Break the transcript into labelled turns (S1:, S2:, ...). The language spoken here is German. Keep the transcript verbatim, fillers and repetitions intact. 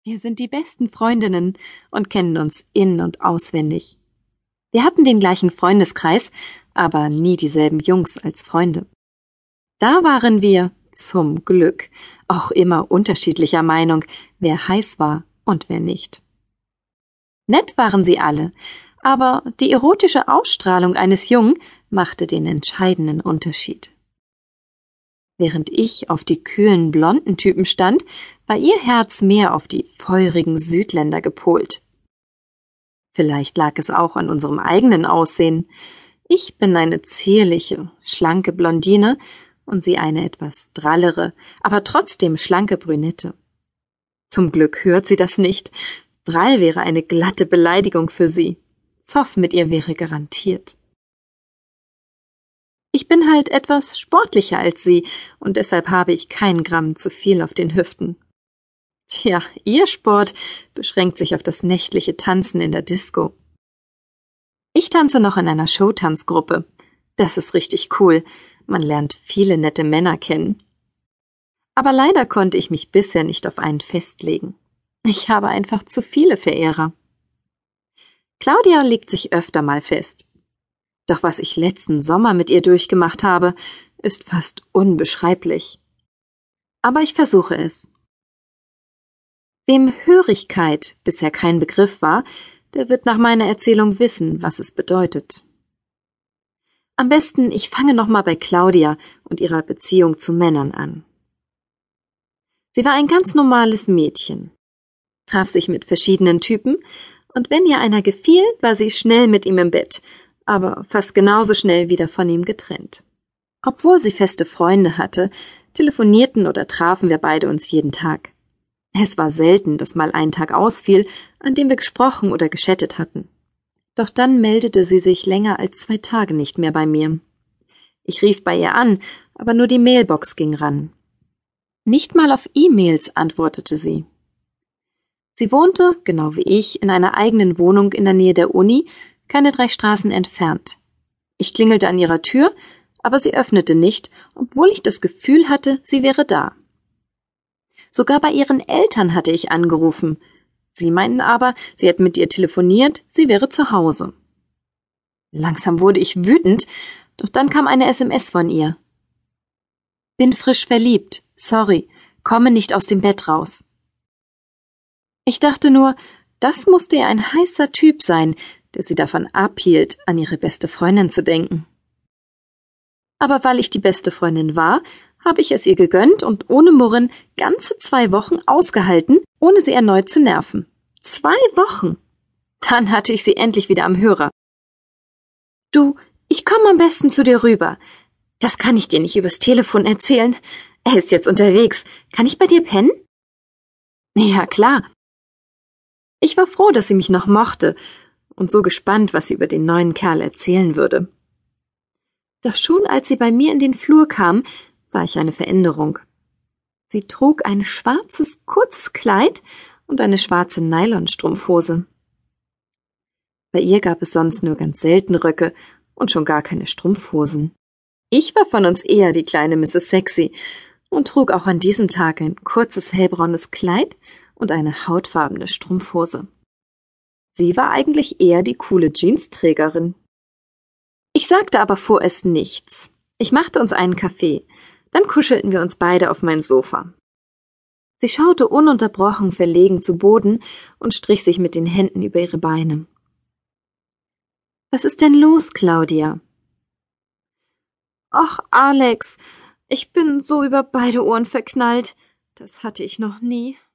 S1: Wir sind die besten Freundinnen und kennen uns in- und auswendig. Wir hatten den gleichen Freundeskreis, aber nie dieselben Jungs als Freunde. Da waren wir, zum Glück, auch immer unterschiedlicher Meinung, wer heiß war und wer nicht. Nett waren sie alle, aber die erotische Ausstrahlung eines Jungen machte den entscheidenden Unterschied. Während ich auf die kühlen, blonden Typen stand, war ihr Herz mehr auf die feurigen Südländer gepolt. Vielleicht lag es auch an unserem eigenen Aussehen. Ich bin eine zierliche, schlanke Blondine und sie eine etwas drallere, aber trotzdem schlanke Brünette. Zum Glück hört sie das nicht. Drall wäre eine glatte Beleidigung für sie. Zoff mit ihr wäre garantiert. Ich bin halt etwas sportlicher als sie, und deshalb habe ich kein Gramm zu viel auf den Hüften. Tja, ihr Sport beschränkt sich auf das nächtliche Tanzen in der Disco. Ich tanze noch in einer Showtanzgruppe. Das ist richtig cool. Man lernt viele nette Männer kennen. Aber leider konnte ich mich bisher nicht auf einen festlegen. Ich habe einfach zu viele Verehrer. Claudia legt sich öfter mal fest. Doch was ich letzten Sommer mit ihr durchgemacht habe, ist fast unbeschreiblich. Aber ich versuche es. Wem Hörigkeit bisher kein Begriff war, der wird nach meiner Erzählung wissen, was es bedeutet. Am besten, ich fange nochmal bei Claudia und ihrer Beziehung zu Männern an. Sie war ein ganz normales Mädchen, traf sich mit verschiedenen Typen, und wenn ihr einer gefiel, war sie schnell mit ihm im Bett, aber fast genauso schnell wieder von ihm getrennt. Obwohl sie feste Freunde hatte, telefonierten oder trafen wir beide uns jeden Tag. Es war selten, dass mal ein Tag ausfiel, an dem wir gesprochen oder geschattet hatten. Doch dann meldete sie sich länger als zwei Tage nicht mehr bei mir. Ich rief bei ihr an, aber nur die Mailbox ging ran. Nicht mal auf E-Mails antwortete sie. Sie wohnte, genau wie ich, in einer eigenen Wohnung in der Nähe der Uni, keine drei Straßen entfernt. Ich klingelte an ihrer Tür, aber sie öffnete nicht, obwohl ich das Gefühl hatte, sie wäre da. Sogar bei ihren Eltern hatte ich angerufen. Sie meinten aber, sie hätten mit ihr telefoniert, sie wäre zu Hause. Langsam wurde ich wütend, doch dann kam eine S M S von ihr. Bin frisch verliebt, sorry, komme nicht aus dem Bett raus. Ich dachte nur, das musste ja ein heißer Typ sein, der sie davon abhielt, an ihre beste Freundin zu denken. Aber weil ich die beste Freundin war, habe ich es ihr gegönnt und ohne Murren ganze zwei Wochen ausgehalten, ohne sie erneut zu nerven. Zwei Wochen! Dann hatte ich sie endlich wieder am Hörer. Du, ich komme am besten zu dir rüber. Das kann ich dir nicht übers Telefon erzählen. Er ist jetzt unterwegs. Kann ich bei dir pennen? Ja, klar. Ich war froh, dass sie mich noch mochte und so gespannt, was sie über den neuen Kerl erzählen würde. Doch schon als sie bei mir in den Flur kam, sah ich eine Veränderung. Sie trug ein schwarzes, kurzes Kleid und eine schwarze Nylonstrumpfhose. Bei ihr gab es sonst nur ganz selten Röcke und schon gar keine Strumpfhosen. Ich war von uns eher die kleine Misses Sexy und trug auch an diesem Tag ein kurzes hellbraunes Kleid und eine hautfarbene Strumpfhose. Sie war eigentlich eher die coole Jeansträgerin. Ich sagte aber vorerst nichts. Ich machte uns einen Kaffee, dann kuschelten wir uns beide auf mein Sofa. Sie schaute ununterbrochen verlegen zu Boden und strich sich mit den Händen über ihre Beine. Was ist denn los, Claudia? Ach, Alex, ich bin so über beide Ohren verknallt. Das hatte ich noch nie.